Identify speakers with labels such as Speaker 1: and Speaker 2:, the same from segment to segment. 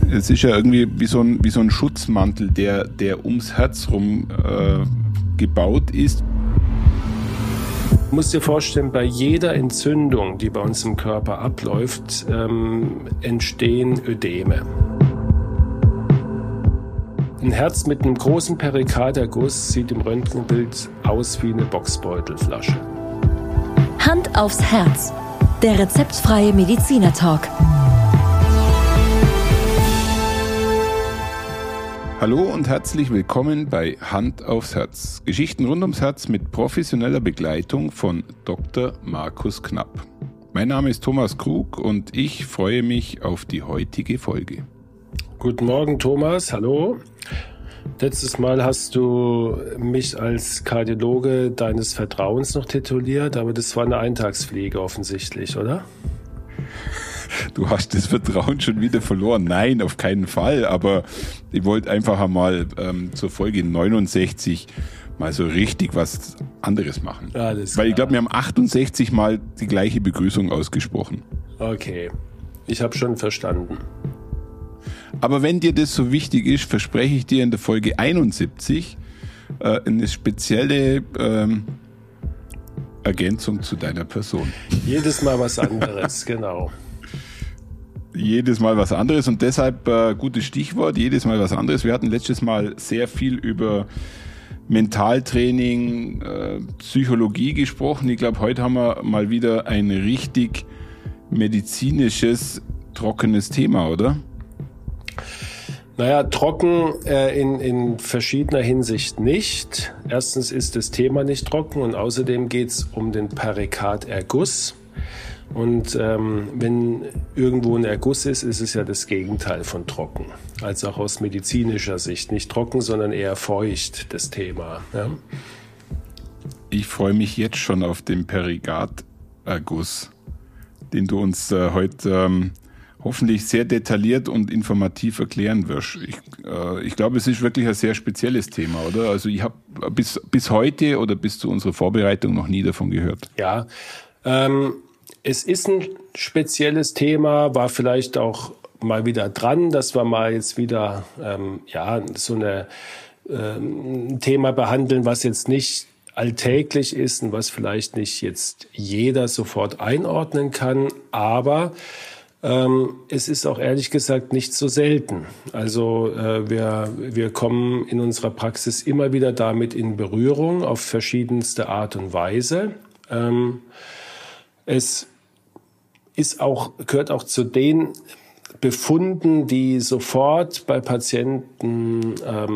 Speaker 1: Es ist ja irgendwie wie so ein Schutzmantel, der ums Herz rum gebaut ist.
Speaker 2: Du musst dir vorstellen, bei jeder Entzündung, die bei uns im Körper abläuft, entstehen Ödeme. Ein Herz mit einem großen Perikarderguss sieht im Röntgenbild aus wie eine Boxbeutelflasche.
Speaker 3: Hand aufs Herz. Der rezeptfreie Mediziner-Talk.
Speaker 1: Hallo und herzlich willkommen bei Hand aufs Herz. Geschichten rund ums Herz mit professioneller Begleitung von Dr. Markus Knapp. Mein Name ist Thomas Krug und ich freue mich auf die heutige Folge.
Speaker 2: Guten Morgen, Thomas. Hallo. Letztes Mal hast du mich als Kardiologe deines Vertrauens noch tituliert, aber das war eine Eintagsfliege offensichtlich, oder?
Speaker 1: Du hast das Vertrauen schon wieder verloren. Nein, auf keinen Fall. Aber ich wollte einfach einmal zur Folge 69 mal so richtig was anderes machen.
Speaker 2: Alles klar.
Speaker 1: Weil ich glaube, wir haben 68 Mal die gleiche Begrüßung ausgesprochen.
Speaker 2: Okay, ich habe schon verstanden.
Speaker 1: Aber wenn dir das so wichtig ist, verspreche ich dir in der Folge 71 eine spezielle Ergänzung zu deiner Person.
Speaker 2: Jedes Mal was anderes, genau.
Speaker 1: Jedes Mal was anderes und deshalb gutes Stichwort, jedes Mal was anderes. Wir hatten letztes Mal sehr viel über Mentaltraining, Psychologie gesprochen. Ich glaube, heute haben wir mal wieder ein richtig medizinisches, trockenes Thema, oder?
Speaker 2: Naja, trocken in verschiedener Hinsicht nicht. Erstens ist das Thema nicht trocken und außerdem geht es um den Perikarderguss. Und wenn irgendwo ein Erguss ist, ist es ja das Gegenteil von trocken. Also auch aus medizinischer Sicht. Nicht trocken, sondern eher feucht, das Thema. Ja?
Speaker 1: Ich freue mich jetzt schon auf den Perikarderguss, den du uns heute hoffentlich sehr detailliert und informativ erklären wirst. Ich glaube, es ist wirklich ein sehr spezielles Thema, oder? Also ich habe bis heute oder bis zu unserer Vorbereitung noch nie davon gehört.
Speaker 2: Ja, es ist ein spezielles Thema, war vielleicht auch mal wieder dran, dass wir mal jetzt wieder so ein Thema behandeln, was jetzt nicht alltäglich ist und was vielleicht nicht jetzt jeder sofort einordnen kann, aber es ist auch ehrlich gesagt nicht so selten. Also wir kommen in unserer Praxis immer wieder damit in Berührung auf verschiedenste Art und Weise. Es gehört auch zu den Befunden, die sofort bei Patienten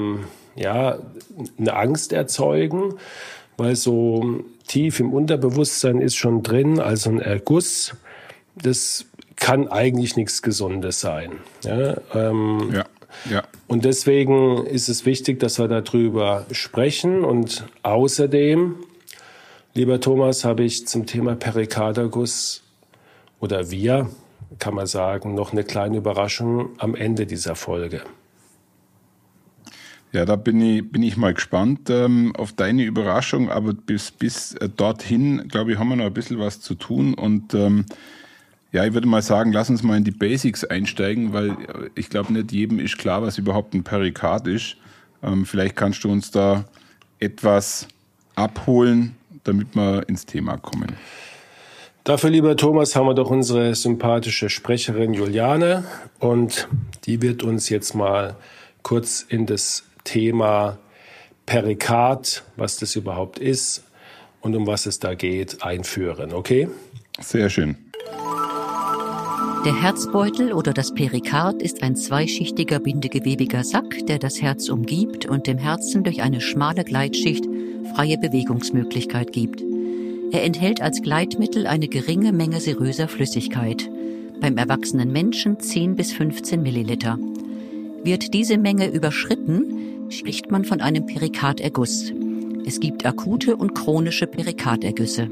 Speaker 2: eine Angst erzeugen, weil so tief im Unterbewusstsein ist schon drin, also ein Erguss, das kann eigentlich nichts Gesundes sein. Ja. Und deswegen ist es wichtig, dass wir darüber sprechen. Und außerdem, lieber Thomas, habe ich zum Thema Perikarderguss oder kann man sagen, noch eine kleine Überraschung am Ende dieser Folge.
Speaker 1: Ja, da bin ich mal gespannt auf deine Überraschung, aber bis dorthin, glaube ich, haben wir noch ein bisschen was zu tun und ich würde mal sagen, lass uns mal in die Basics einsteigen, weil ich glaube, nicht jedem ist klar, was überhaupt ein Perikard ist. Vielleicht kannst du uns da etwas abholen, damit wir ins Thema kommen.
Speaker 2: Dafür, lieber Thomas, haben wir doch unsere sympathische Sprecherin Juliane und die wird uns jetzt mal kurz in das Thema Perikard, was das überhaupt ist und um was es da geht, einführen, okay?
Speaker 1: Sehr schön.
Speaker 4: Der Herzbeutel oder das Perikard ist ein zweischichtiger bindegewebiger Sack, der das Herz umgibt und dem Herzen durch eine schmale Gleitschicht freie Bewegungsmöglichkeit gibt. Er enthält als Gleitmittel eine geringe Menge seröser Flüssigkeit, beim erwachsenen Menschen 10 bis 15 Milliliter. Wird diese Menge überschritten, spricht man von einem Perikarderguss. Es gibt akute und chronische Perikardergüsse.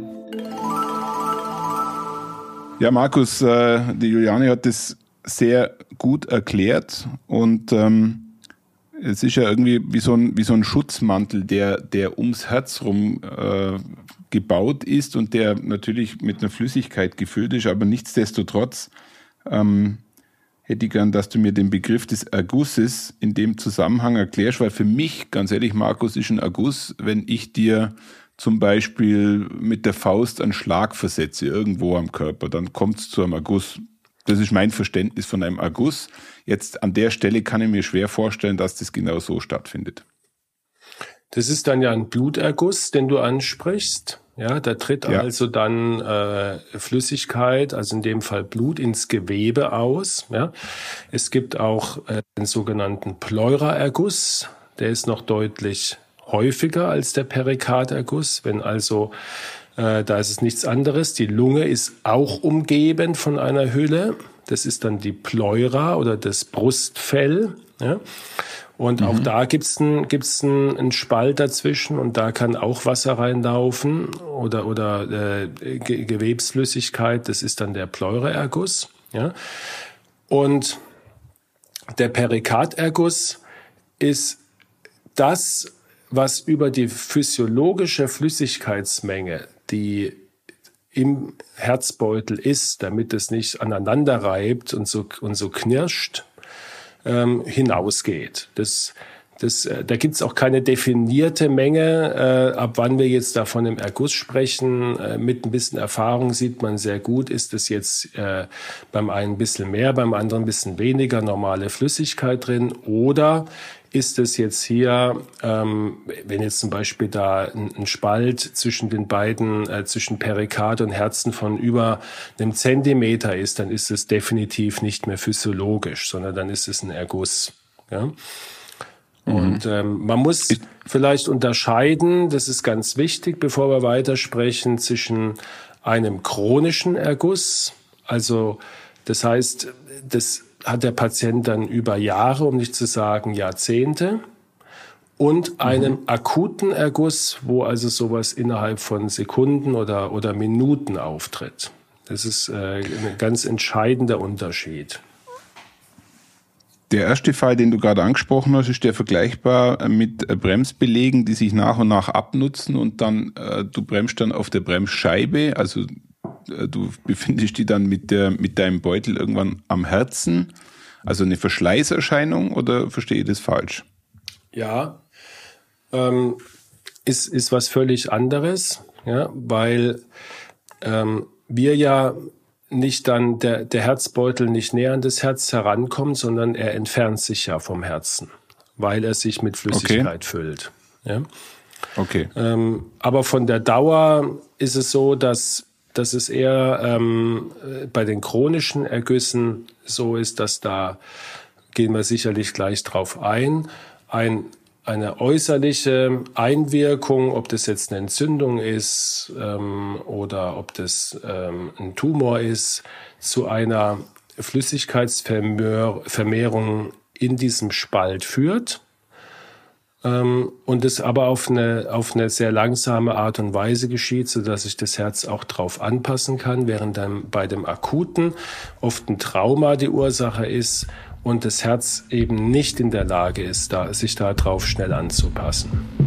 Speaker 1: Ja, Markus, die Juliane hat das sehr gut erklärt und es ist ja irgendwie wie so ein Schutzmantel, der ums Herz rum gebaut ist und der natürlich mit einer Flüssigkeit gefüllt ist, aber nichtsdestotrotz hätte ich gern, dass du mir den Begriff des Ergusses in dem Zusammenhang erklärst, weil für mich, ganz ehrlich, Markus, ist ein Erguss, wenn ich dir zum Beispiel mit der Faust einen Schlag versetze, irgendwo am Körper, dann kommt es zu einem Erguss. Das ist mein Verständnis von einem Erguss. Jetzt an der Stelle kann ich mir schwer vorstellen, dass das genau so stattfindet.
Speaker 2: Das ist dann ja ein Bluterguss, den du ansprichst. Ja, da tritt also dann Flüssigkeit, also in dem Fall Blut, ins Gewebe aus. Ja. Es gibt auch den sogenannten Pleuraerguss. Der ist noch deutlich häufiger als der Perikarderguss. Wenn also, da ist es nichts anderes. Die Lunge ist auch umgeben von einer Hülle. Das ist dann die Pleura oder das Brustfell. Ja. Und auch da gibt's einen Spalt dazwischen und da kann auch Wasser reinlaufen oder Gewebsflüssigkeit. Das ist dann der Pleuraerguss. Ja. Und der Perikarderguss ist das, was über die physiologische Flüssigkeitsmenge, die im Herzbeutel ist, damit es nicht aneinander reibt und so knirscht, hinausgeht. Da gibt's auch keine definierte Menge, ab wann wir jetzt davon im Erguss sprechen. Mit ein bisschen Erfahrung sieht man sehr gut, ist es jetzt beim einen ein bisschen mehr, beim anderen ein bisschen weniger normale Flüssigkeit drin, oder ist es jetzt hier, wenn jetzt zum Beispiel da ein Spalt zwischen den beiden, zwischen Perikard und Herzen von über einem Zentimeter ist, dann ist es definitiv nicht mehr physiologisch, sondern dann ist es ein Erguss. Ja? Und man muss vielleicht unterscheiden, das ist ganz wichtig, bevor wir weitersprechen, zwischen einem chronischen Erguss, also das heißt, das hat der Patient dann über Jahre, um nicht zu sagen Jahrzehnte, und einem akuten Erguss, wo also sowas innerhalb von Sekunden oder Minuten auftritt. Das ist ein ganz entscheidender Unterschied.
Speaker 1: Der erste Fall, den du gerade angesprochen hast, ist der vergleichbar mit Bremsbelägen, die sich nach und nach abnutzen und dann du bremst dann auf der Bremsscheibe, also du befindest dich dann mit deinem Beutel irgendwann am Herzen, also eine Verschleißerscheinung, oder verstehe ich das falsch?
Speaker 2: Ja, ist was völlig anderes, ja, weil wir ja nicht dann der Herzbeutel nicht näher an das Herz herankommt, sondern er entfernt sich ja vom Herzen, weil er sich mit Flüssigkeit füllt. Ja?
Speaker 1: Okay.
Speaker 2: Aber von der Dauer ist es so, dass es eher bei den chronischen Ergüssen so ist, dass da, gehen wir sicherlich gleich drauf ein, eine äußerliche Einwirkung, ob das jetzt eine Entzündung ist oder ob das ein Tumor ist, zu einer Flüssigkeitsvermehrung in diesem Spalt führt. Und es aber auf eine sehr langsame Art und Weise geschieht, sodass sich das Herz auch drauf anpassen kann, während dann bei dem Akuten oft ein Trauma die Ursache ist und das Herz eben nicht in der Lage ist, sich da drauf schnell anzupassen.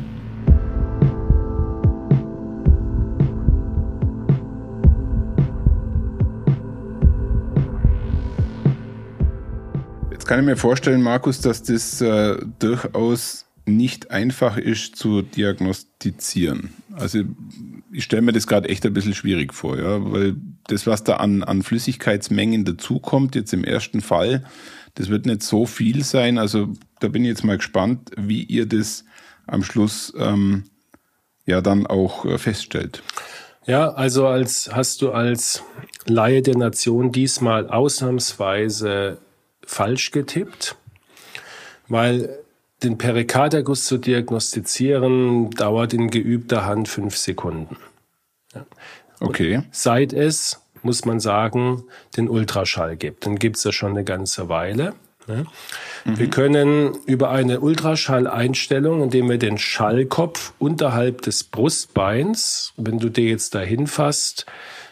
Speaker 1: Jetzt kann ich mir vorstellen, Markus, dass das durchaus nicht einfach ist zu diagnostizieren. Also ich stelle mir das gerade echt ein bisschen schwierig vor, ja, weil das, was da an Flüssigkeitsmengen dazukommt, jetzt im ersten Fall, das wird nicht so viel sein. Also da bin ich jetzt mal gespannt, wie ihr das am Schluss ja dann auch feststellt.
Speaker 2: Ja, also hast du als Laie der Nation diesmal ausnahmsweise falsch getippt, weil den Perikarderguss zu diagnostizieren dauert in geübter Hand 5 Sekunden. Ja.
Speaker 1: Okay.
Speaker 2: Seit es, muss man sagen, den Ultraschall gibt. Den gibt es ja schon eine ganze Weile. Ja. Wir können über eine Ultraschalleinstellung, indem wir den Schallkopf unterhalb des Brustbeins, wenn du dir jetzt dahin fasst,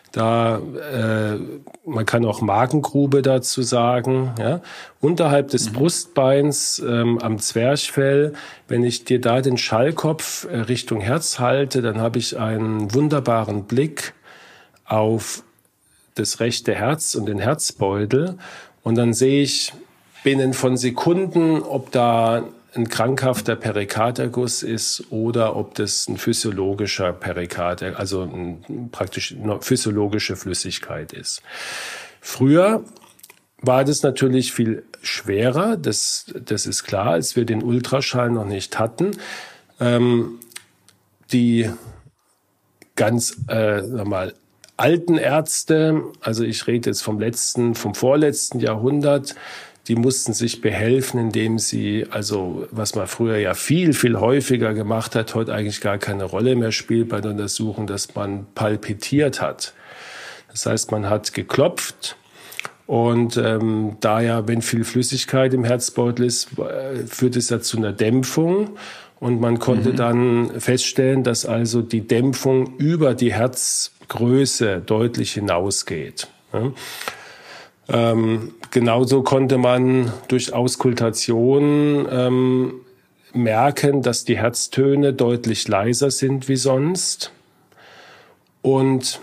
Speaker 2: man kann auch Magengrube dazu sagen, ja, unterhalb des Brustbeins am Zwerchfell, wenn ich dir da den Schallkopf Richtung Herz halte, dann habe ich einen wunderbaren Blick auf das rechte Herz und den Herzbeutel. Und dann sehe ich binnen von Sekunden, ob da ein krankhafter Perikarderguss ist oder ob das ein physiologischer Perikarderguss, also praktisch eine physiologische Flüssigkeit ist. Früher war das natürlich viel schwerer, das ist klar, als wir den Ultraschall noch nicht hatten. Die ganz alten Ärzte, also ich rede jetzt vom vorletzten Jahrhundert, die mussten sich behelfen, indem sie, also was man früher ja viel, viel häufiger gemacht hat, heute eigentlich gar keine Rolle mehr spielt bei der Untersuchung, dass man palpitiert hat. Das heißt, man hat geklopft und da ja, wenn viel Flüssigkeit im Herzbeutel ist, führt es ja zu einer Dämpfung. Und man konnte dann feststellen, dass also die Dämpfung über die Herzgröße deutlich hinausgeht. Genauso konnte man durch Auskultation merken, dass die Herztöne deutlich leiser sind wie sonst. Und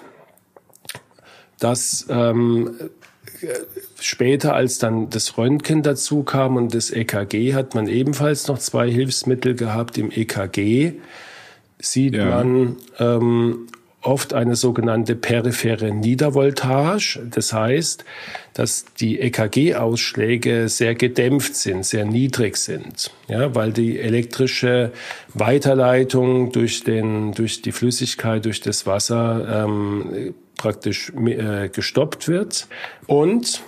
Speaker 2: dass später, als dann das Röntgen dazu kam und das EKG, hat man ebenfalls noch 2 Hilfsmittel gehabt. Im EKG sieht man oft eine sogenannte periphere Niedervoltage. Das heißt, dass die EKG-Ausschläge sehr gedämpft sind, sehr niedrig sind, ja, weil die elektrische Weiterleitung durch die Flüssigkeit, durch das Wasser praktisch gestoppt wird. Und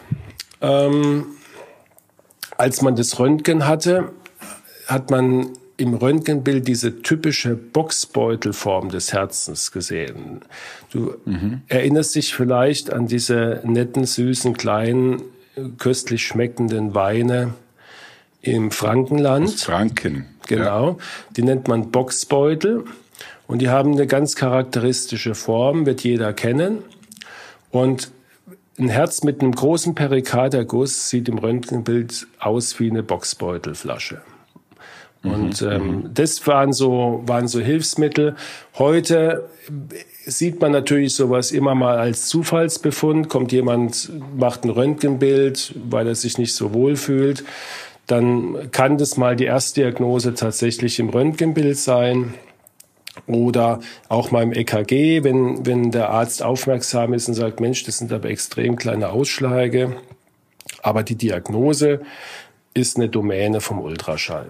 Speaker 2: als man das Röntgen hatte, hat man im Röntgenbild diese typische Boxbeutelform des Herzens gesehen. Du erinnerst dich vielleicht an diese netten, süßen, kleinen, köstlich schmeckenden Weine im Frankenland.
Speaker 1: Aus Franken.
Speaker 2: Genau. Ja. Die nennt man Boxbeutel. Und die haben eine ganz charakteristische Form, wird jeder kennen. Und ein Herz mit einem großen Perikarderguss sieht im Röntgenbild aus wie eine Boxbeutelflasche. Und das waren so Hilfsmittel. Heute sieht man natürlich sowas immer mal als Zufallsbefund. Kommt jemand, macht ein Röntgenbild, weil er sich nicht so wohl fühlt. Dann kann das mal die Erstdiagnose tatsächlich im Röntgenbild sein. Oder auch mal im EKG, wenn der Arzt aufmerksam ist und sagt, Mensch, das sind aber extrem kleine Ausschläge. Aber die Diagnose ist eine Domäne vom Ultraschall.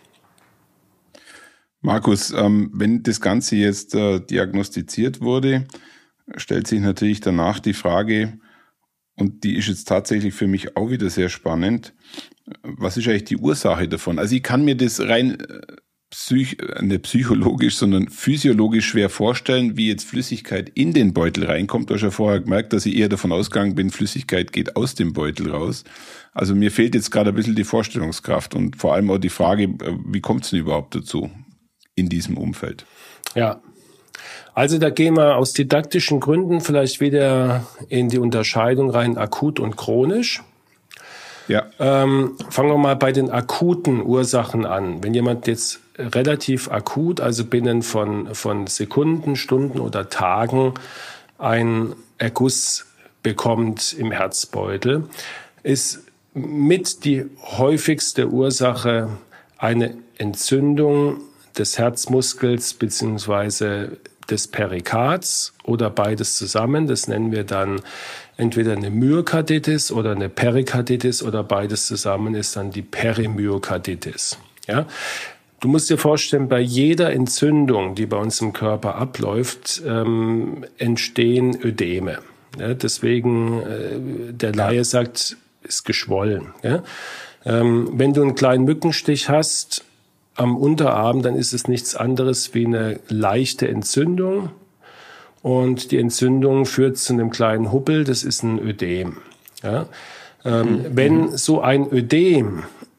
Speaker 1: Markus, wenn das Ganze jetzt diagnostiziert wurde, stellt sich natürlich danach die Frage, und die ist jetzt tatsächlich für mich auch wieder sehr spannend, was ist eigentlich die Ursache davon? Also ich kann mir das rein nicht psychologisch, sondern physiologisch schwer vorstellen, wie jetzt Flüssigkeit in den Beutel reinkommt. Du hast ja vorher gemerkt, dass ich eher davon ausgegangen bin, Flüssigkeit geht aus dem Beutel raus. Also mir fehlt jetzt gerade ein bisschen die Vorstellungskraft und vor allem auch die Frage, wie kommt es denn überhaupt dazu in diesem Umfeld? Ja,
Speaker 2: also da gehen wir aus didaktischen Gründen vielleicht wieder in die Unterscheidung rein, akut und chronisch. Ja. Fangen wir mal bei den akuten Ursachen an. Wenn jemand jetzt relativ akut, also binnen von Sekunden, Stunden oder Tagen einen Erguss bekommt im Herzbeutel, ist mit die häufigste Ursache eine Entzündung des Herzmuskels bzw. des Perikards oder beides zusammen. Das nennen wir dann entweder eine Myokarditis oder eine Perikarditis oder beides zusammen ist dann die Perimyokarditis. Ja? Du musst dir vorstellen, bei jeder Entzündung, die bei uns im Körper abläuft, entstehen Ödeme. Ja? Deswegen, der Laie sagt, ist geschwollen. Ja? Wenn du einen kleinen Mückenstich hast am Unterarm, dann ist es nichts anderes wie eine leichte Entzündung. Und die Entzündung führt zu einem kleinen Huppel, das ist ein Ödem. Ja? Wenn so ein Ödem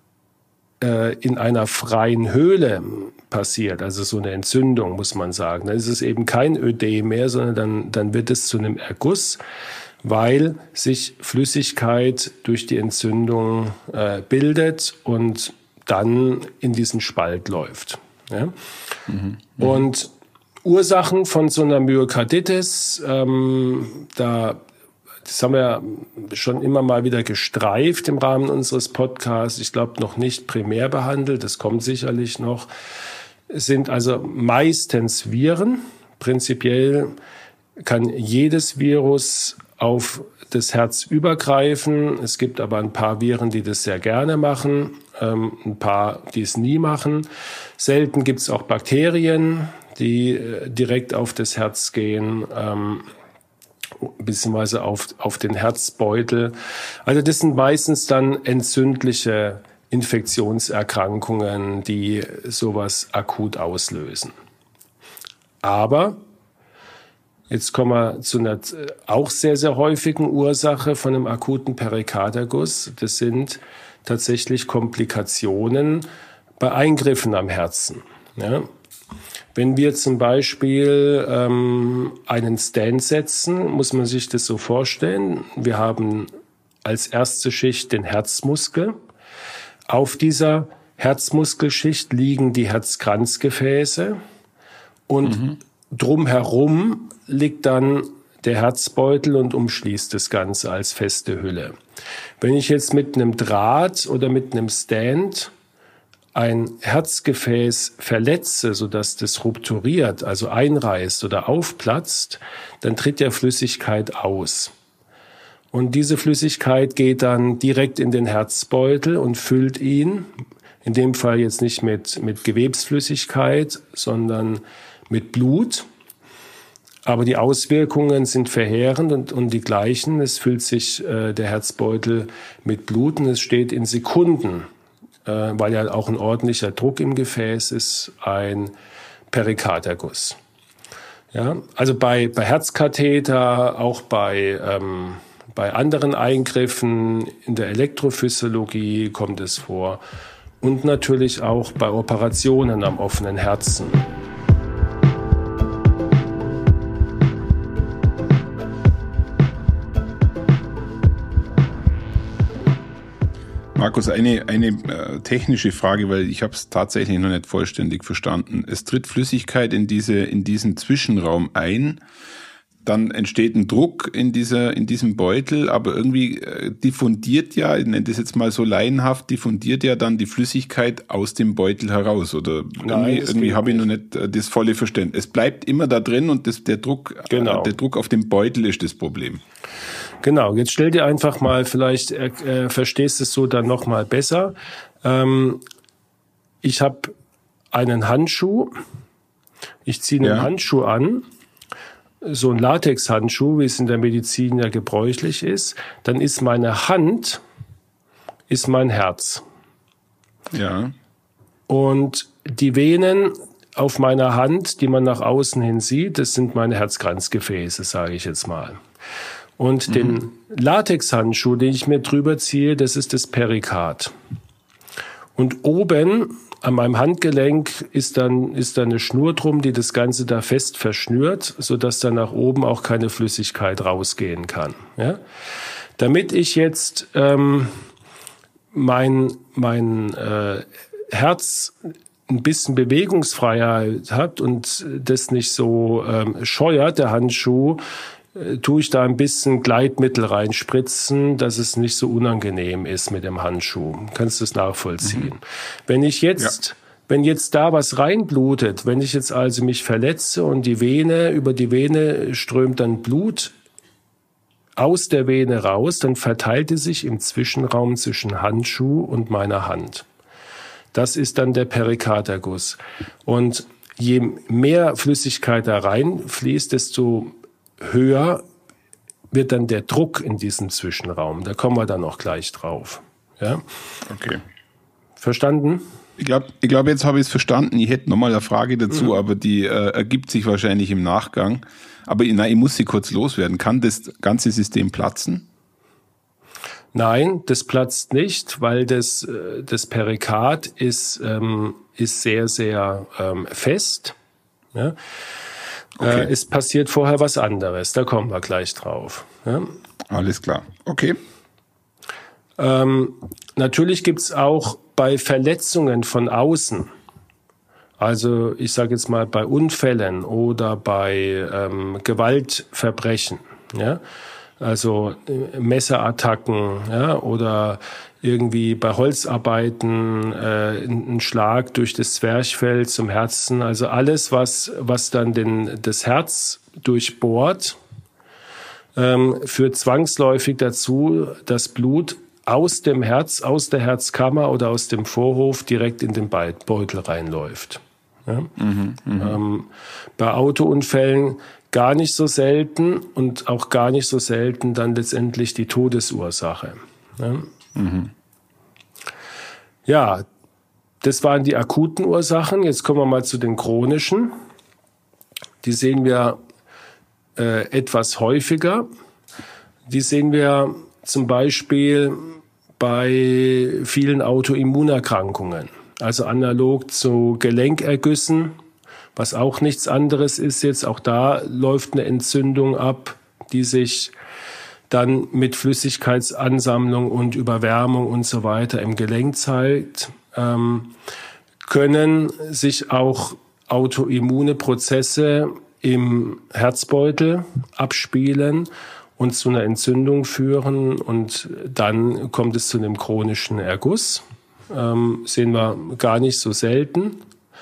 Speaker 2: in einer freien Höhle passiert, also so eine Entzündung, muss man sagen, dann ist es eben kein Ödem mehr, sondern dann wird es zu einem Erguss, weil sich Flüssigkeit durch die Entzündung bildet und dann in diesen Spalt läuft. Ja? Und Ursachen von so einer Myokarditis, da das haben wir schon immer mal wieder gestreift im Rahmen unseres Podcasts. Ich glaube, noch nicht primär behandelt. Das kommt sicherlich noch. Es sind also meistens Viren. Prinzipiell kann jedes Virus auf das Herz übergreifen. Es gibt aber ein paar Viren, die das sehr gerne machen, ein paar, die es nie machen. Selten gibt es auch Bakterien, die direkt auf das Herz gehen, beziehungsweise auf den Herzbeutel. Also das sind meistens dann entzündliche Infektionserkrankungen, die sowas akut auslösen. Aber jetzt kommen wir zu einer auch sehr, sehr häufigen Ursache von einem akuten Perikarderguss. Das sind tatsächlich Komplikationen bei Eingriffen am Herzen. Ja. Wenn wir zum Beispiel einen Stent setzen, muss man sich das so vorstellen. Wir haben als erste Schicht den Herzmuskel. Auf dieser Herzmuskelschicht liegen die Herzkranzgefäße und drumherum liegt dann der Herzbeutel und umschließt das Ganze als feste Hülle. Wenn ich jetzt mit einem Draht oder mit einem Stent ein Herzgefäß verletze, sodass das rupturiert, also einreißt oder aufplatzt, dann tritt ja Flüssigkeit aus. Und diese Flüssigkeit geht dann direkt in den Herzbeutel und füllt ihn, in dem Fall jetzt nicht mit Gewebsflüssigkeit, sondern mit Blut. Aber die Auswirkungen sind verheerend und die gleichen. Es füllt sich der Herzbeutel mit Blut und es steht in Sekunden, weil ja auch ein ordentlicher Druck im Gefäß ist, ein Perikarderguss. Ja, also bei Herzkatheter, auch bei anderen Eingriffen in der Elektrophysiologie kommt es vor und natürlich auch bei Operationen am offenen Herzen.
Speaker 1: Markus, eine technische Frage, weil ich habe es tatsächlich noch nicht vollständig verstanden. Es tritt Flüssigkeit in diesen Zwischenraum ein, dann entsteht ein Druck in diesem Beutel, aber irgendwie diffundiert ja, ich nenne das jetzt mal so laienhaft, diffundiert ja dann die Flüssigkeit aus dem Beutel heraus, oder? Nein, irgendwie habe ich noch nicht das volle Verständnis. Es bleibt immer da drin und der Druck auf dem Beutel ist das Problem.
Speaker 2: Genau, jetzt stell dir einfach mal, vielleicht verstehst du es so dann noch mal besser. Ich habe einen Handschuh, ich ziehe einen Handschuh an, so ein Latexhandschuh, wie es in der Medizin ja gebräuchlich ist, dann ist meine Hand, ist mein Herz.
Speaker 1: Ja.
Speaker 2: Und die Venen auf meiner Hand, die man nach außen hin sieht, das sind meine Herzkranzgefäße, sage ich jetzt mal. Und den Latexhandschuh, den ich mir drüber ziehe, das ist das Perikard. Und oben an meinem Handgelenk ist dann eine Schnur drum, die das Ganze da fest verschnürt, sodass dann nach oben auch keine Flüssigkeit rausgehen kann. Ja? Damit ich jetzt mein Herz ein bisschen Bewegungsfreiheit hat und das nicht so scheuert, der Handschuh, tue ich da ein bisschen Gleitmittel reinspritzen, dass es nicht so unangenehm ist mit dem Handschuh. Kannst du es nachvollziehen? Wenn jetzt da was reinblutet, wenn ich jetzt also mich verletze und über die Vene strömt dann Blut aus der Vene raus, dann verteilt es sich im Zwischenraum zwischen Handschuh und meiner Hand. Das ist dann der Perikarderguss. Und je mehr Flüssigkeit da reinfließt, desto höher wird dann der Druck in diesem Zwischenraum. Da kommen wir dann auch gleich drauf. Ja?
Speaker 1: Okay.
Speaker 2: Verstanden?
Speaker 1: Ich glaube, jetzt habe ich es verstanden. Ich hätte nochmal eine Frage dazu, aber die ergibt sich wahrscheinlich im Nachgang. Aber ich muss sie kurz loswerden. Kann das ganze System platzen?
Speaker 2: Nein, das platzt nicht, weil das Perikard ist sehr, sehr fest. Ja? Okay. Es passiert vorher was anderes, da kommen wir gleich drauf. Ja?
Speaker 1: Alles klar, okay.
Speaker 2: Natürlich gibt's auch bei Verletzungen von außen, also ich sage jetzt mal bei Unfällen oder bei Gewaltverbrechen, ja, Also Messerattacken, ja, oder irgendwie bei Holzarbeiten ein Schlag durch das Zwerchfell zum Herzen. Also alles, was dann das Herz durchbohrt, führt zwangsläufig dazu, dass Blut aus dem Herz, aus der Herzkammer oder aus dem Vorhof direkt in den Beutel reinläuft. Ja? Bei Autounfällen gar nicht so selten und auch gar nicht so selten dann letztendlich die Todesursache. Ja, das waren die akuten Ursachen. Jetzt kommen wir mal zu den chronischen. Die sehen wir etwas häufiger. Die sehen wir zum Beispiel bei vielen Autoimmunerkrankungen. Also analog zu Gelenkergüssen, was auch nichts anderes ist jetzt. Auch da läuft eine Entzündung ab, die sich dann mit Flüssigkeitsansammlung und Überwärmung und so weiter im Gelenk zeigt. Können sich auch autoimmune Prozesse im Herzbeutel abspielen und zu einer Entzündung führen, und dann kommt es zu einem chronischen Erguss. Sehen wir gar nicht so selten.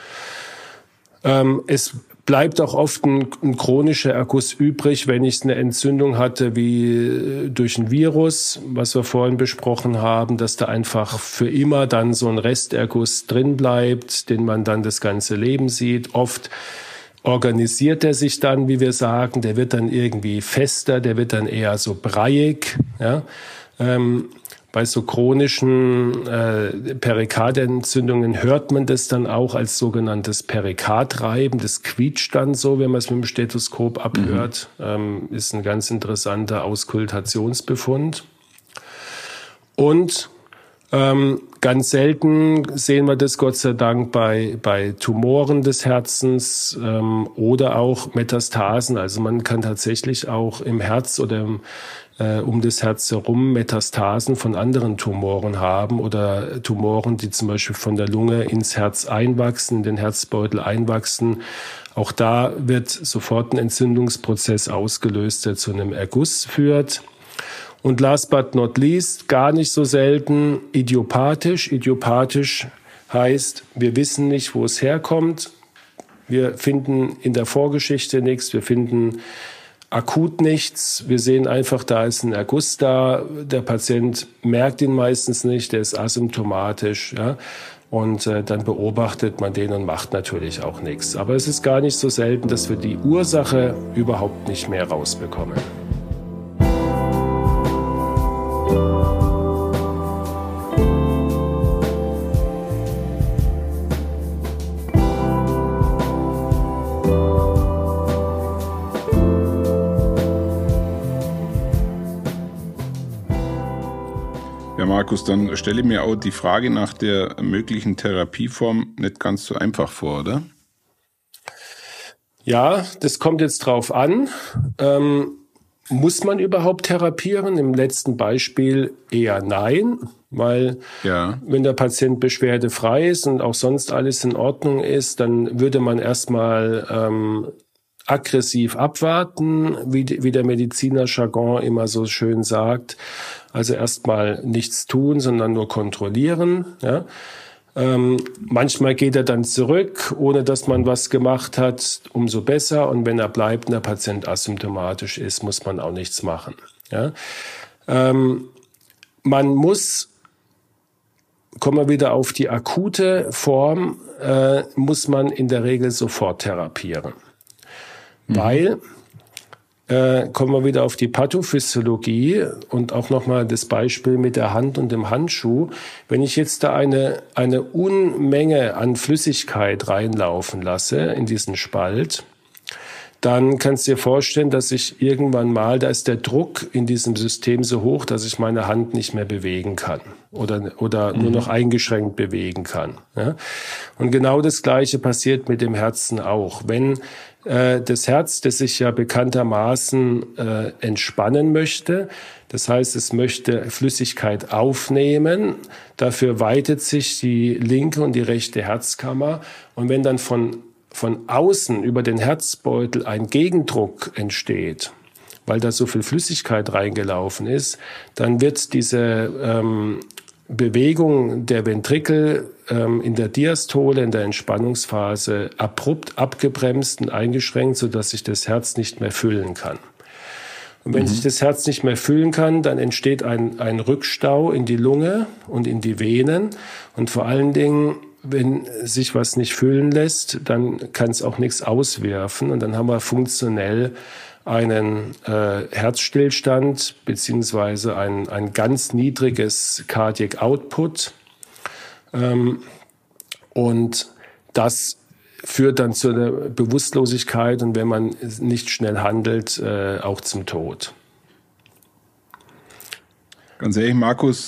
Speaker 2: Es bleibt auch oft ein chronischer Erguss übrig, wenn ich eine Entzündung hatte wie durch ein Virus, was wir vorhin besprochen haben, dass da einfach für immer dann so ein Resterguss drin bleibt, den man dann das ganze Leben sieht. Oft organisiert er sich dann, wie wir sagen, der wird dann irgendwie fester, der wird dann eher so breiig. Ja? Bei so chronischen Perikardentzündungen hört man das dann auch als sogenanntes Perikardreiben. Das quietscht dann so, wenn man es mit dem Stethoskop abhört. Ist ein ganz interessanter Auskultationsbefund. Und ganz selten sehen wir das Gott sei Dank bei Tumoren des Herzens oder auch Metastasen. Also man kann tatsächlich auch im Herz oder um das Herz herum Metastasen von anderen Tumoren haben oder Tumoren, die zum Beispiel von der Lunge ins Herz einwachsen, in den Herzbeutel einwachsen. Auch da wird sofort ein Entzündungsprozess ausgelöst, der zu einem Erguss führt. Und last but not least, gar nicht so selten, idiopathisch. Idiopathisch heißt, wir wissen nicht, wo es herkommt. Wir finden in der Vorgeschichte nichts, wir finden akut nichts. Wir sehen einfach, da ist ein Erguss da. Der Patient merkt ihn meistens nicht, der ist asymptomatisch. Ja? Und dann beobachtet man den und macht natürlich auch nichts. Aber es ist gar nicht so selten, dass wir die Ursache überhaupt nicht mehr rausbekommen.
Speaker 1: Ja, Markus, dann stelle ich mir auch die Frage nach der möglichen Therapieform nicht ganz so einfach vor, oder?
Speaker 2: Ja, das kommt jetzt drauf an. Muss man überhaupt therapieren? Im letzten Beispiel eher nein, weil wenn der Patient beschwerdefrei ist und auch sonst alles in Ordnung ist, dann würde man erstmal aggressiv abwarten, wie der Medizinerjargon immer so schön sagt. Also erstmal nichts tun, sondern nur kontrollieren. Ja. Manchmal geht er dann zurück, ohne dass man was gemacht hat, umso besser. Und wenn er bleibt und der Patient asymptomatisch ist, muss man auch nichts machen. Ja. Man muss, kommen wir wieder auf die akute Form, muss man in der Regel sofort therapieren. Weil, kommen wir wieder auf die Pathophysiologie und auch nochmal das Beispiel mit der Hand und dem Handschuh. Wenn ich jetzt da eine Unmenge an Flüssigkeit reinlaufen lasse in diesen Spalt, dann kannst du dir vorstellen, dass ich irgendwann mal, da ist der Druck in diesem System so hoch, dass ich meine Hand nicht mehr bewegen kann oder nur noch eingeschränkt bewegen kann. Ja? Und genau das Gleiche passiert mit dem Herzen auch. Wenn das Herz, das sich ja bekanntermaßen entspannen möchte, das heißt, es möchte Flüssigkeit aufnehmen, dafür weitet sich die linke und die rechte Herzkammer, und wenn dann von außen über den Herzbeutel ein Gegendruck entsteht weil da so viel Flüssigkeit reingelaufen ist, dann wird diese Bewegung der Ventrikel in der Diastole, in der Entspannungsphase, abrupt abgebremst und eingeschränkt, sodass sich das Herz nicht mehr füllen kann. Und wenn sich das Herz nicht mehr füllen kann, dann entsteht ein Rückstau in die Lunge und in die Venen. Und vor allen Dingen, wenn sich was nicht füllen lässt, dann kann es auch nichts auswerfen. Und dann haben wir funktionell einen Herzstillstand beziehungsweise ein ganz niedriges Cardiac Output. Und das führt dann zu einer Bewusstlosigkeit und wenn man nicht schnell handelt, auch zum Tod.
Speaker 1: Ganz ehrlich, Markus,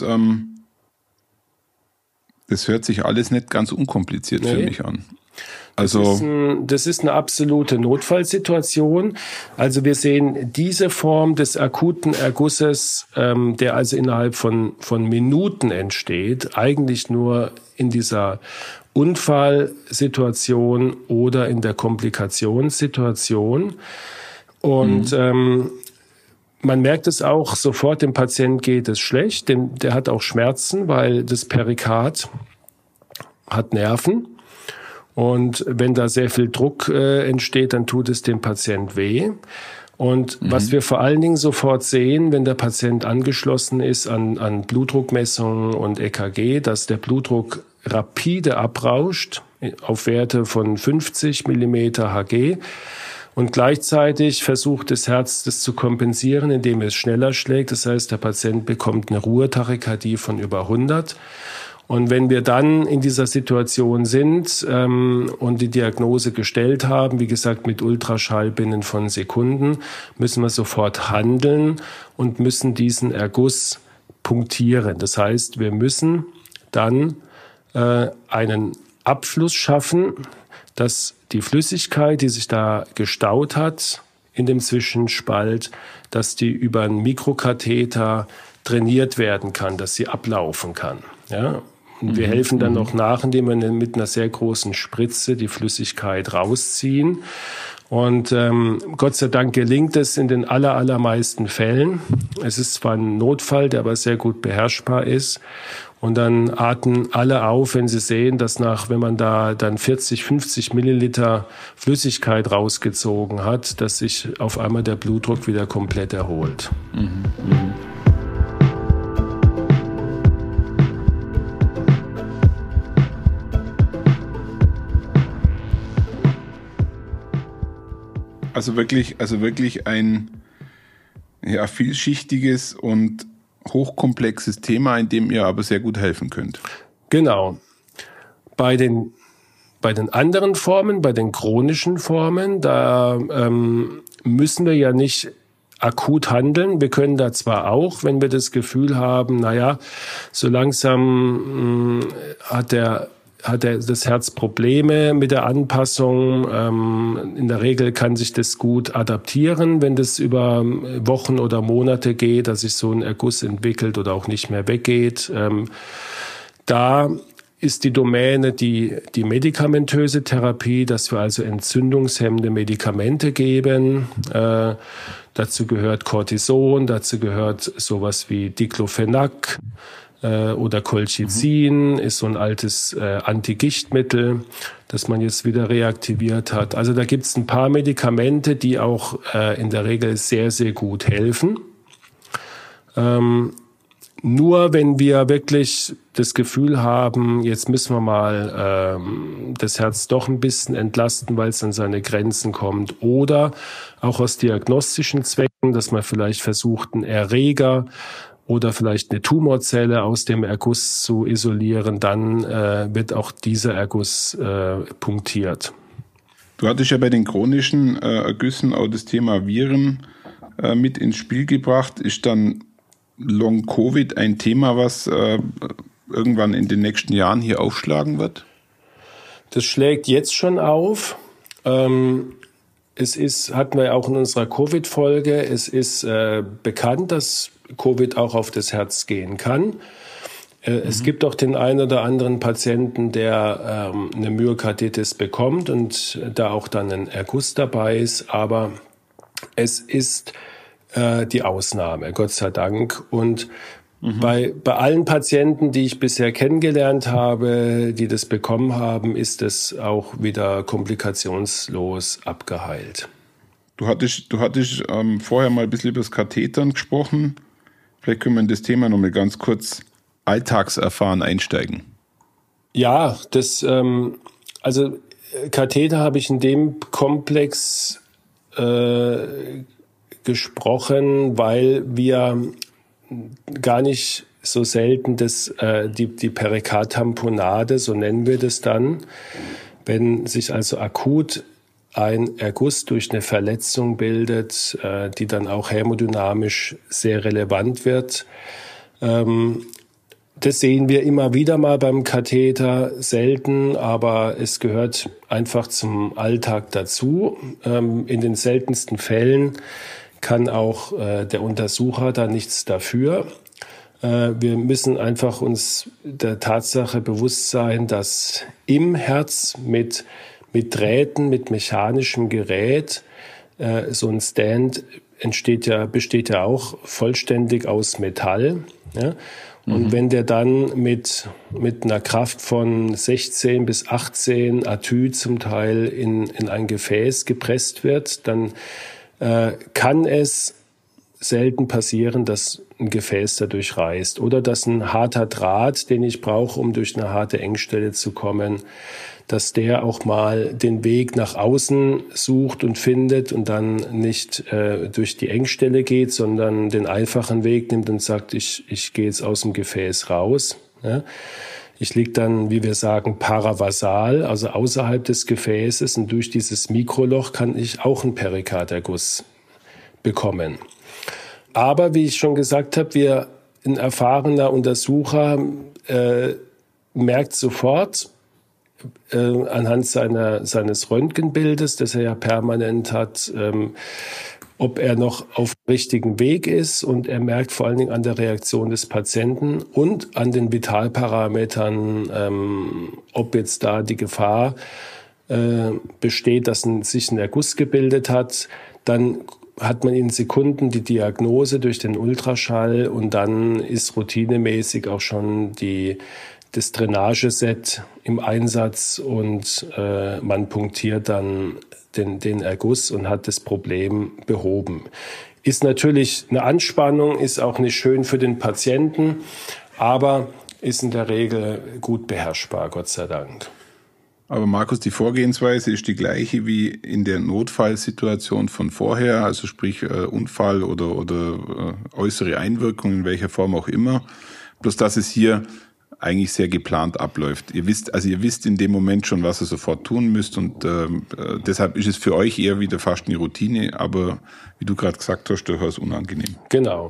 Speaker 1: das hört sich alles nicht ganz unkompliziert für mich an. Also
Speaker 2: das ist eine absolute Notfallsituation. Also wir sehen diese Form des akuten Ergusses, der also innerhalb von Minuten entsteht, eigentlich nur in dieser Unfallsituation oder in der Komplikationssituation. Und man merkt es auch sofort, dem Patient geht es schlecht, der hat auch Schmerzen, weil das Perikard hat Nerven. Und wenn da sehr viel Druck entsteht, dann tut es dem Patient weh. Und was wir vor allen Dingen sofort sehen, wenn der Patient angeschlossen ist an Blutdruckmessungen und EKG, dass der Blutdruck rapide abrauscht auf Werte von 50 Millimeter Hg. Und gleichzeitig versucht das Herz, das zu kompensieren, indem es schneller schlägt. Das heißt, der Patient bekommt eine Ruhetachykardie von über 100. Und wenn wir dann in dieser Situation sind und die Diagnose gestellt haben, wie gesagt mit Ultraschall binnen von Sekunden, müssen wir sofort handeln und müssen diesen Erguss punktieren. Das heißt, wir müssen dann einen Abfluss schaffen, dass die Flüssigkeit, die sich da gestaut hat in dem Zwischenspalt, dass die über einen Mikrokatheter trainiert werden kann, dass sie ablaufen kann. Ja? Und wir helfen dann noch nach, indem wir mit einer sehr großen Spritze die Flüssigkeit rausziehen. Und Gott sei Dank gelingt es in den allermeisten Fällen. Es ist zwar ein Notfall, der aber sehr gut beherrschbar ist. Und dann atmen alle auf, wenn sie sehen, dass wenn man da dann 40, 50 Milliliter Flüssigkeit rausgezogen hat, dass sich auf einmal der Blutdruck wieder komplett erholt.
Speaker 1: Also wirklich ein vielschichtiges und hochkomplexes Thema, in dem ihr aber sehr gut helfen könnt.
Speaker 2: Genau. Bei den anderen Formen, bei den chronischen Formen, da müssen wir ja nicht akut handeln. Wir können da zwar auch, wenn wir das Gefühl haben, so langsam hat das Herz Probleme mit der Anpassung. In der Regel kann sich das gut adaptieren, wenn das über Wochen oder Monate geht, dass sich so ein Erguss entwickelt oder auch nicht mehr weggeht. Da ist die Domäne die medikamentöse Therapie, dass wir also entzündungshemmende Medikamente geben. Dazu gehört Cortison, dazu gehört sowas wie Diclofenac. Oder Colchicin ist so ein altes Antigichtmittel, das man jetzt wieder reaktiviert hat. Also da gibt es ein paar Medikamente, die auch in der Regel sehr, sehr gut helfen. Nur wenn wir wirklich das Gefühl haben, jetzt müssen wir mal das Herz doch ein bisschen entlasten, weil es an seine Grenzen kommt. Oder auch aus diagnostischen Zwecken, dass man vielleicht versucht, einen Erreger oder vielleicht eine Tumorzelle aus dem Erguss zu isolieren, dann wird auch dieser Erguss punktiert.
Speaker 1: Du hattest ja bei den chronischen Ergüssen auch das Thema Viren mit ins Spiel gebracht. Ist dann Long-Covid ein Thema, was irgendwann in den nächsten Jahren hier aufschlagen wird?
Speaker 2: Das schlägt jetzt schon auf. Hatten wir auch in unserer Covid-Folge, es ist bekannt, dass Covid auch auf das Herz gehen kann. Es gibt auch den einen oder anderen Patienten, der eine Myokarditis bekommt und da auch dann ein Erguss dabei ist. Aber es ist die Ausnahme, Gott sei Dank. Und bei allen Patienten, die ich bisher kennengelernt habe, die das bekommen haben, ist es auch wieder komplikationslos abgeheilt.
Speaker 1: Du hattest vorher mal ein bisschen über das Kathetern gesprochen. Vielleicht können wir in das Thema noch mal ganz kurz alltagserfahren einsteigen.
Speaker 2: Ja, also Katheter habe ich in dem Komplex gesprochen, weil wir gar nicht so selten die Perikardtamponade, so nennen wir das dann, wenn sich also akut ein Erguss durch eine Verletzung bildet, die dann auch hämodynamisch sehr relevant wird. Das sehen wir immer wieder mal beim Katheter, selten, aber es gehört einfach zum Alltag dazu. In den seltensten Fällen kann auch der Untersucher da nichts dafür. Wir müssen einfach uns der Tatsache bewusst sein, dass im Herz mit Drähten, mit mechanischem Gerät, so ein Stand besteht ja auch vollständig aus Metall. Ja? Und wenn der dann mit einer Kraft von 16 bis 18 Atü zum Teil in ein Gefäß gepresst wird, dann kann es selten passieren, dass ein Gefäß dadurch reißt oder dass ein harter Draht, den ich brauche, um durch eine harte Engstelle zu kommen, dass der auch mal den Weg nach außen sucht und findet und dann nicht durch die Engstelle geht, sondern den einfachen Weg nimmt und sagt, ich gehe jetzt aus dem Gefäß raus. Ja? Ich liege dann, wie wir sagen, paravasal, also außerhalb des Gefäßes, und durch dieses Mikroloch kann ich auch einen Perikarderguss bekommen. Aber wie ich schon gesagt habe, ein erfahrener Untersucher merkt sofort anhand seines Röntgenbildes, das er ja permanent hat, ob er noch auf dem richtigen Weg ist, und er merkt vor allen Dingen an der Reaktion des Patienten und an den Vitalparametern, ob jetzt da die Gefahr besteht, dass sich ein Erguss gebildet hat. Dann hat man in Sekunden die Diagnose durch den Ultraschall und dann ist routinemäßig auch schon das Drainageset im Einsatz und man punktiert dann den Erguss und hat das Problem behoben. Ist natürlich eine Anspannung, ist auch nicht schön für den Patienten, aber ist in der Regel gut beherrschbar, Gott sei Dank.
Speaker 1: Aber Markus, die Vorgehensweise ist die gleiche wie in der Notfallsituation von vorher, also sprich Unfall oder äußere Einwirkung, in welcher Form auch immer, bloß dass es hier eigentlich sehr geplant abläuft. Ihr wisst in dem Moment schon, was ihr sofort tun müsst, und deshalb ist es für euch eher wieder fast eine Routine, aber wie du gerade gesagt hast, durchaus unangenehm.
Speaker 2: Genau.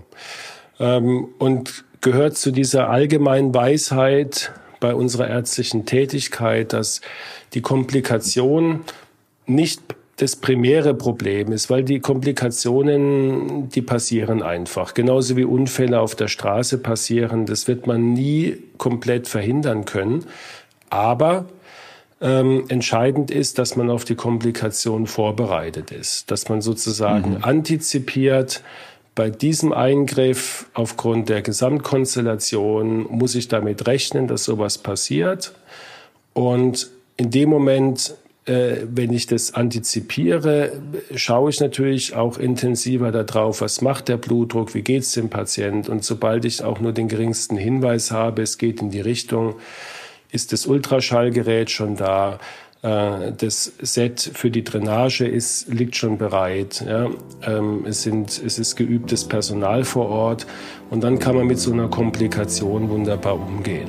Speaker 2: Und gehört zu dieser allgemeinen Weisheit bei unserer ärztlichen Tätigkeit, dass die Komplikation nicht das primäre Problem ist, weil die Komplikationen, die passieren einfach. Genauso wie Unfälle auf der Straße passieren. Das wird man nie komplett verhindern können. Aber entscheidend ist, dass man auf die Komplikation vorbereitet ist. Dass man sozusagen antizipiert, bei diesem Eingriff aufgrund der Gesamtkonstellation muss ich damit rechnen, dass sowas passiert. Und in dem Moment, wenn ich das antizipiere, schaue ich natürlich auch intensiver darauf, was macht der Blutdruck, wie geht's dem Patient. Und sobald ich auch nur den geringsten Hinweis habe, es geht in die Richtung, ist das Ultraschallgerät schon da, das Set für die Drainage liegt schon bereit. Ja. Es ist geübtes Personal vor Ort, und dann kann man mit so einer Komplikation wunderbar umgehen.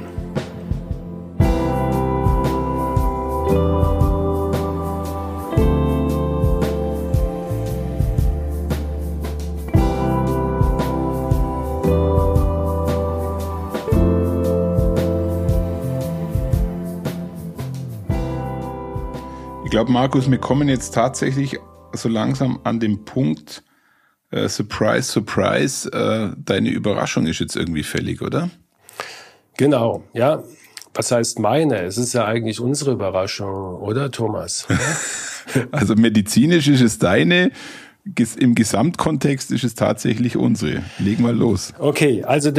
Speaker 1: Ich glaube, Markus, wir kommen jetzt tatsächlich so langsam an den Punkt, surprise, surprise, deine Überraschung ist jetzt irgendwie fällig, oder?
Speaker 2: Genau, ja. Was heißt meine? Es ist ja eigentlich unsere Überraschung, oder Thomas?
Speaker 1: Also medizinisch ist es deine, im Gesamtkontext ist es tatsächlich unsere. Legen wir los.
Speaker 2: Okay, also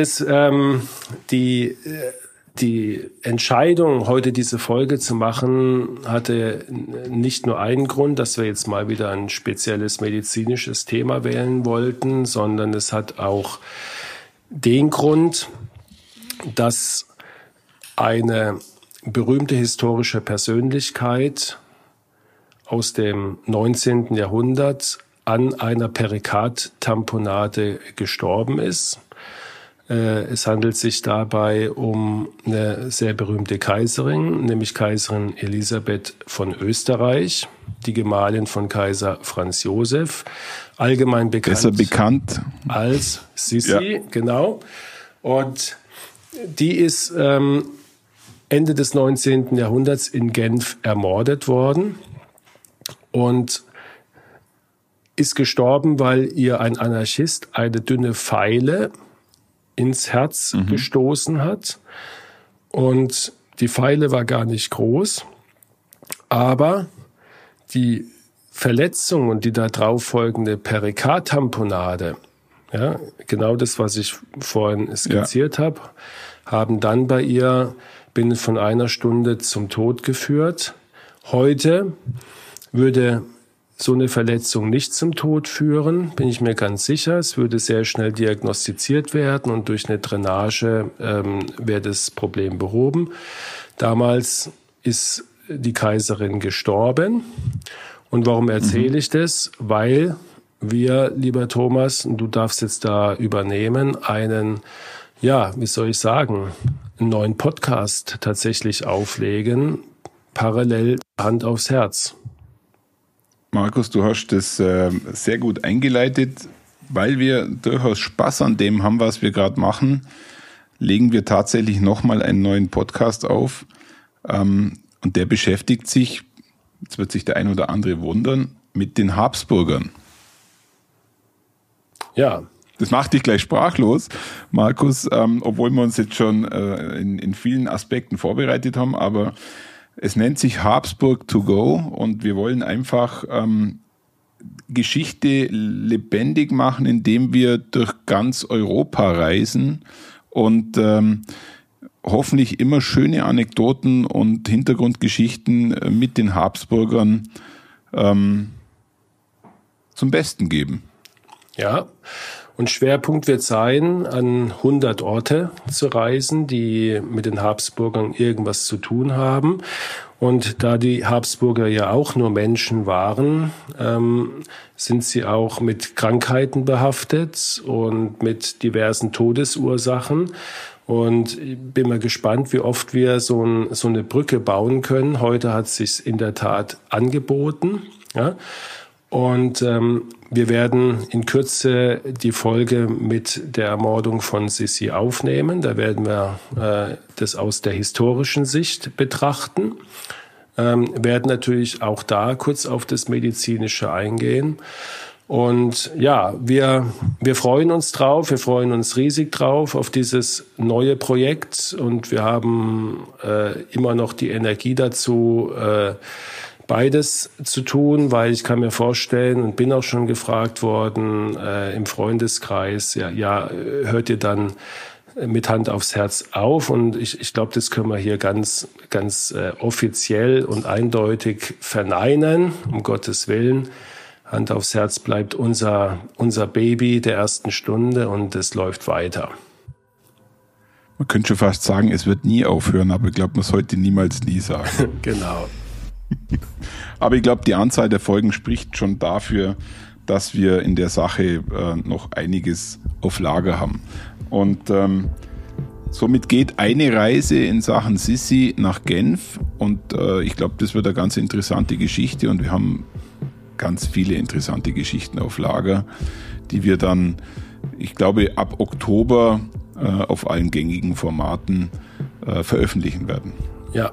Speaker 2: die Entscheidung, heute diese Folge zu machen, hatte nicht nur einen Grund, dass wir jetzt mal wieder ein spezielles medizinisches Thema wählen wollten, sondern es hat auch den Grund, dass eine berühmte historische Persönlichkeit aus dem 19. Jahrhundert an einer Perikard-Tamponade gestorben ist. Es handelt sich dabei um eine sehr berühmte Kaiserin, nämlich Kaiserin Elisabeth von Österreich, die Gemahlin von Kaiser Franz Josef, allgemein bekannt als Sissi, ja. Genau. Und die ist Ende des 19. Jahrhunderts in Genf ermordet worden und ist gestorben, weil ihr ein Anarchist eine dünne Feile ins Herz gestoßen hat. Und die Feile war gar nicht groß, aber die Verletzung und die darauf folgende Perikard-Tamponade, ja, genau das, was ich vorhin skizziert habe, haben dann bei ihr binnen von einer Stunde zum Tod geführt. Heute würde so eine Verletzung nicht zum Tod führen, bin ich mir ganz sicher. Es würde sehr schnell diagnostiziert werden und durch eine Drainage wäre das Problem behoben. Damals ist die Kaiserin gestorben. Und warum erzähle ich das? Weil wir, lieber Thomas, und du darfst jetzt da übernehmen, einen, ja, wie soll ich sagen, einen neuen Podcast tatsächlich auflegen, parallel Hand aufs Herz.
Speaker 1: Markus, du hast das sehr gut eingeleitet. Weil wir durchaus Spaß an dem haben, was wir gerade machen, legen wir tatsächlich nochmal einen neuen Podcast auf. Und der beschäftigt sich, jetzt wird sich der ein oder andere wundern, mit den Habsburgern.
Speaker 2: Ja.
Speaker 1: Das macht dich gleich sprachlos, Markus, obwohl wir uns jetzt schon in vielen Aspekten vorbereitet haben, aber es nennt sich Habsburg to go und wir wollen einfach Geschichte lebendig machen, indem wir durch ganz Europa reisen und hoffentlich immer schöne Anekdoten und Hintergrundgeschichten mit den Habsburgern zum Besten geben.
Speaker 2: Ja, und Schwerpunkt wird sein, an 100 Orte zu reisen, die mit den Habsburgern irgendwas zu tun haben. Und da die Habsburger ja auch nur Menschen waren, sind sie auch mit Krankheiten behaftet und mit diversen Todesursachen. Und ich bin mal gespannt, wie oft wir so eine Brücke bauen können. Heute hat es sich in der Tat angeboten, ja. Und wir werden in Kürze die Folge mit der Ermordung von Sissi aufnehmen. Da werden wir das aus der historischen Sicht betrachten. Werden natürlich auch da kurz auf das Medizinische eingehen. Und ja, wir freuen uns drauf, wir freuen uns riesig drauf auf dieses neue Projekt. Und wir haben immer noch die Energie dazu, beides zu tun, weil ich kann mir vorstellen und bin auch schon gefragt worden im Freundeskreis, ja, hört ihr dann mit Hand aufs Herz auf? Und ich glaube, das können wir hier ganz offiziell und eindeutig verneinen, um Gottes Willen. Hand aufs Herz bleibt unser Baby der ersten Stunde und es läuft weiter.
Speaker 1: Man könnte schon fast sagen, es wird nie aufhören, aber ich glaube, man sollte niemals nie sagen.
Speaker 2: Genau.
Speaker 1: Aber ich glaube, die Anzahl der Folgen spricht schon dafür, dass wir in der Sache noch einiges auf Lager haben. Und somit geht eine Reise in Sachen Sissi nach Genf und ich glaube, das wird eine ganz interessante Geschichte und wir haben ganz viele interessante Geschichten auf Lager, die wir dann, ich glaube, ab Oktober auf allen gängigen Formaten veröffentlichen werden.
Speaker 2: Ja.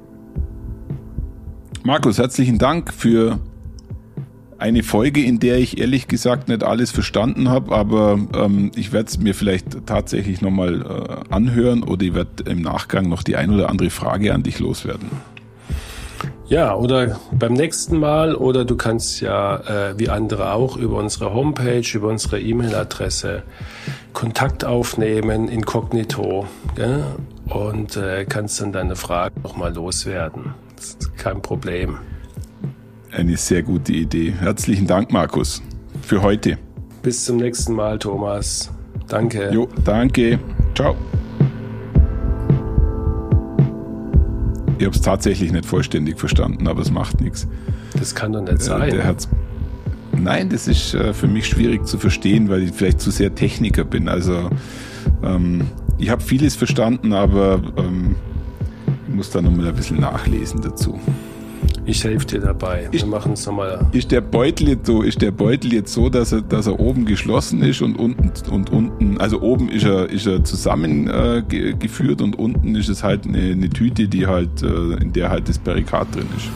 Speaker 1: Markus, herzlichen Dank für eine Folge, in der ich ehrlich gesagt nicht alles verstanden habe, aber ich werde es mir vielleicht tatsächlich nochmal anhören oder ich werde im Nachgang noch die ein oder andere Frage an dich loswerden.
Speaker 2: Ja, oder beim nächsten Mal, oder du kannst ja, wie andere auch, über unsere Homepage, über unsere E-Mail-Adresse Kontakt aufnehmen, inkognito, gell? Und kannst dann deine Fragen nochmal loswerden. Das ist kein Problem.
Speaker 1: Eine sehr gute Idee. Herzlichen Dank, Markus, für heute.
Speaker 2: Bis zum nächsten Mal, Thomas. Danke.
Speaker 1: Jo, danke. Ciao. Ich habe es tatsächlich nicht vollständig verstanden, aber es macht nichts.
Speaker 2: Das kann doch nicht sein.
Speaker 1: Nein, das ist für mich schwierig zu verstehen, weil ich vielleicht zu sehr Techniker bin. Also ich habe vieles verstanden, aber ich muss da nochmal ein bisschen nachlesen dazu.
Speaker 2: Ich helfe dir dabei. Wir machen es nochmal.
Speaker 1: Ist der Beutel jetzt so, dass er oben geschlossen ist und unten, also oben ist er zusammengeführt und unten ist es halt eine Tüte, die halt, in der halt das Perikard drin ist.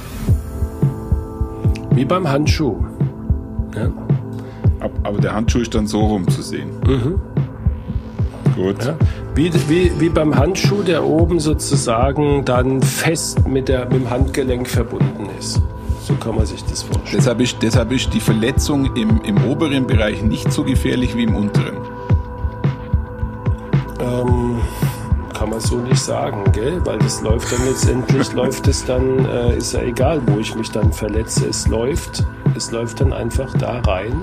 Speaker 2: Wie beim Handschuh. Ja.
Speaker 1: Aber der Handschuh ist dann so rum zu sehen.
Speaker 2: Mhm.
Speaker 1: Gut.
Speaker 2: Ja. Wie beim Handschuh, der oben sozusagen dann fest mit dem Handgelenk verbunden ist. So kann man sich das vorstellen.
Speaker 1: Deshalb ist die Verletzung im oberen Bereich nicht so gefährlich wie im unteren.
Speaker 2: Kann man so nicht sagen, gell? Weil das läuft dann letztendlich, ist ja egal, wo ich mich dann verletze. Es läuft dann einfach da rein,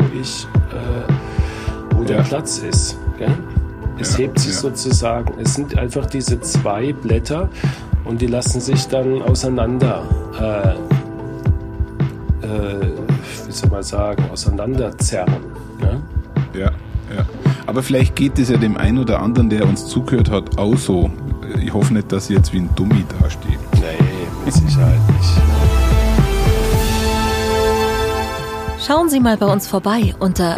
Speaker 2: wo der Platz ist, gell? Es hebt sich sozusagen, es sind einfach diese zwei Blätter und die lassen sich dann auseinanderzerren. Ne?
Speaker 1: Ja. Aber vielleicht geht es ja dem einen oder anderen, der uns zugehört hat, auch so. Ich hoffe nicht, dass ich jetzt wie ein Dummi dastehe.
Speaker 2: Nee, mit Sicherheit nicht.
Speaker 3: Schauen Sie mal bei uns vorbei unter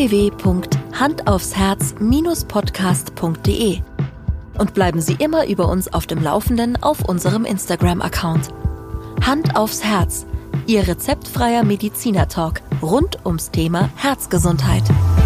Speaker 3: www.handaufsherz-podcast.de und bleiben Sie immer über uns auf dem Laufenden auf unserem Instagram-Account. Hand aufs Herz, Ihr rezeptfreier Mediziner-Talk rund ums Thema Herzgesundheit.